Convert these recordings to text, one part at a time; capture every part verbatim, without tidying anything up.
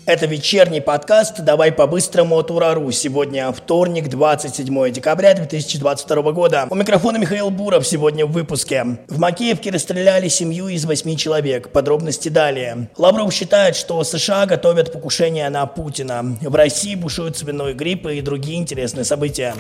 Это вечерний подкаст «Давай по-быстрому» от Ура.ру. Сегодня вторник, двадцать седьмое декабря две тысячи двадцать второго года. У микрофона Михаил Буров. Сегодня в выпуске. В Макеевке расстреляли семью из восьми человек. Подробности далее. Лавров считает, что США готовят покушение на Путина. В России бушует свиной грипп и другие интересные события.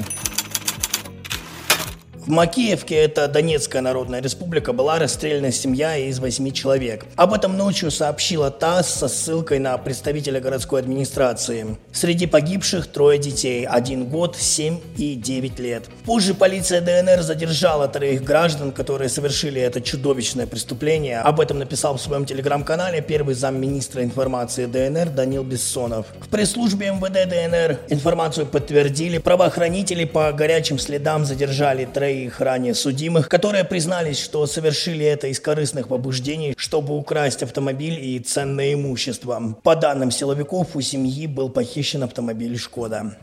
В Макеевке, это Донецкая Народная Республика, была расстреляна семья из восьми человек. Об этом ночью сообщила ТАСС со ссылкой на представителя городской администрации. Среди погибших трое детей, один год, семь и девять лет. Позже полиция ДНР задержала троих граждан, которые совершили это чудовищное преступление. Об этом написал в своем телеграм-канале первый замминистра информации ДНР Данил Бессонов. В пресс-службе МВД ДНР информацию подтвердили. Правоохранители по горячим следам задержали троих их ранее судимых, которые признались, что совершили это из корыстных побуждений, чтобы украсть автомобиль и ценное имущество. По данным силовиков, у семьи был похищен автомобиль «Шкода».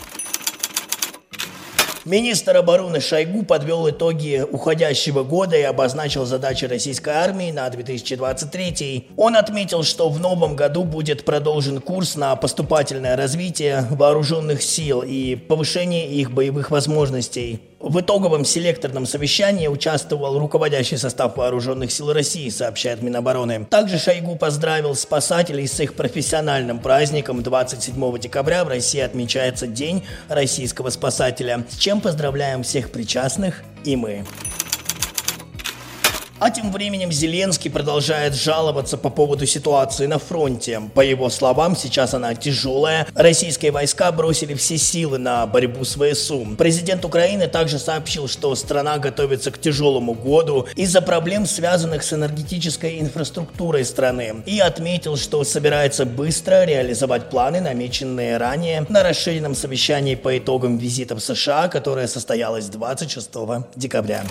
Министр обороны Шойгу подвел итоги уходящего года и обозначил задачи российской армии на две тысячи двадцать третий. Он отметил, что в новом году будет продолжен курс на поступательное развитие вооруженных сил и повышение их боевых возможностей. В итоговом селекторном совещании участвовал руководящий состав вооруженных сил России, сообщает Минобороны. Также Шойгу поздравил спасателей с их профессиональным праздником. двадцать седьмого декабря в России отмечается День российского спасателя, с чем поздравляем всех причастных и мы. А тем временем Зеленский продолжает жаловаться по поводу ситуации на фронте. По его словам, сейчас она тяжелая. Российские войска бросили все силы на борьбу с ВСУ. Президент Украины также сообщил, что страна готовится к тяжелому году из-за проблем, связанных с энергетической инфраструктурой страны. И отметил, что собирается быстро реализовать планы, намеченные ранее на расширенном совещании по итогам визита в США, которое состоялось двадцать шестого декабря.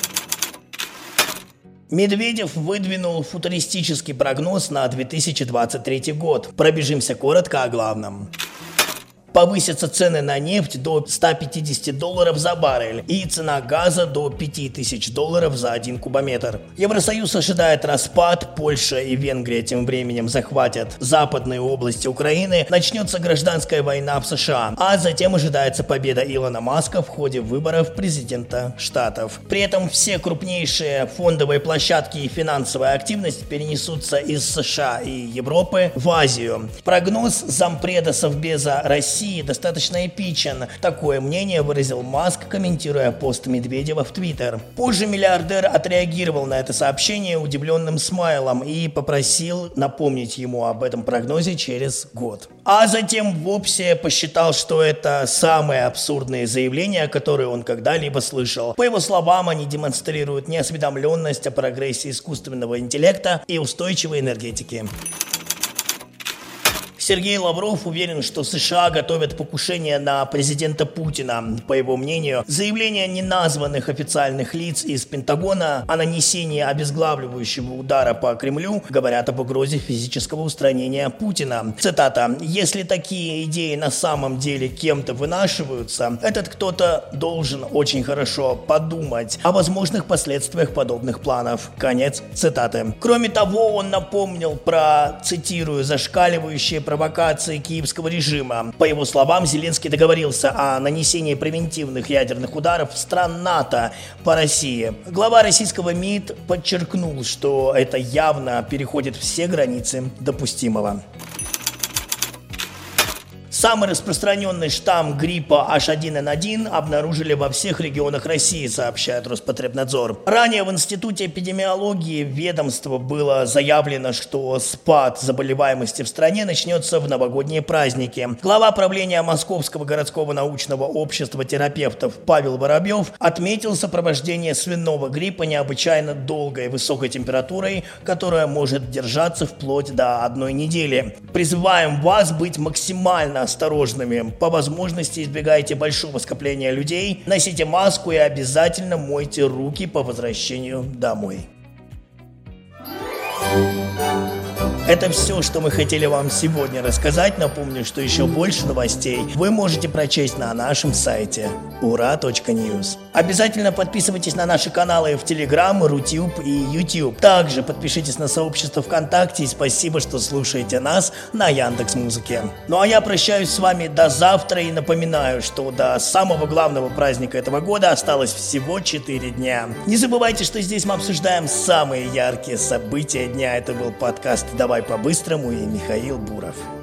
Медведев выдвинул футуристический прогноз на две тысячи двадцать третий год. Пробежимся коротко о главном. Повысятся цены на нефть до ста пятидесяти долларов за баррель и цена газа до пяти тысяч долларов за один кубометр. Евросоюз ожидает распад, Польша и Венгрия тем временем захватят западные области Украины, начнется гражданская война в США, а затем ожидается победа Илона Маска в ходе выборов президента Штатов. При этом все крупнейшие фондовые площадки и финансовая активность перенесутся из США и Европы в Азию. Прогноз зампреда Совбеза России достаточно эпичен. Такое мнение выразил Маск, комментируя пост Медведева в Твиттер. Позже миллиардер отреагировал на это сообщение удивленным смайлом и попросил напомнить ему об этом прогнозе через год. А затем вовсе посчитал, что это самые абсурдные заявления, которые он когда-либо слышал. По его словам, они демонстрируют неосведомленность о прогрессе искусственного интеллекта и устойчивой энергетики. Сергей Лавров уверен, что США готовят покушение на президента Путина. По его мнению, заявления неназванных официальных лиц из Пентагона о нанесении обезглавливающего удара по Кремлю говорят об угрозе физического устранения Путина. Цитата: «Если такие идеи на самом деле кем-то вынашиваются, этот кто-то должен очень хорошо подумать о возможных последствиях подобных планов». Конец цитаты. Кроме того, он напомнил про, цитирую, «зашкаливающие провокации киевского режима». По его словам, Зеленский договорился о нанесении превентивных ядерных ударов стран НАТО по России. Глава российского МИД подчеркнул, что это явно переходит все границы допустимого. Самый распространенный штамм гриппа эйч один эн один обнаружили во всех регионах России, сообщает Роспотребнадзор. Ранее в Институте эпидемиологии ведомства было заявлено, что спад заболеваемости в стране начнется в новогодние праздники. Глава правления Московского городского научного общества терапевтов Павел Воробьев отметил сопровождение свиного гриппа необычайно долгой высокой температурой, которая может держаться вплоть до одной недели. Призываем вас быть максимально осторожными. По возможности избегайте большого скопления людей, носите маску и обязательно мойте руки по возвращению домой. Это все, что мы хотели вам сегодня рассказать. Напомню, что еще больше новостей вы можете прочесть на нашем сайте ура точка ньюс. Обязательно подписывайтесь на наши каналы в Telegram, Рутюб и YouTube. Также подпишитесь на сообщество ВКонтакте и спасибо, что слушаете нас на Яндекс.Музыке. Ну а я прощаюсь с вами до завтра и напоминаю, что до самого главного праздника этого года осталось всего четыре дня. Не забывайте, что здесь мы обсуждаем самые яркие события дня. Это был подкаст «Давай по-быстрому» и Михаил Буров.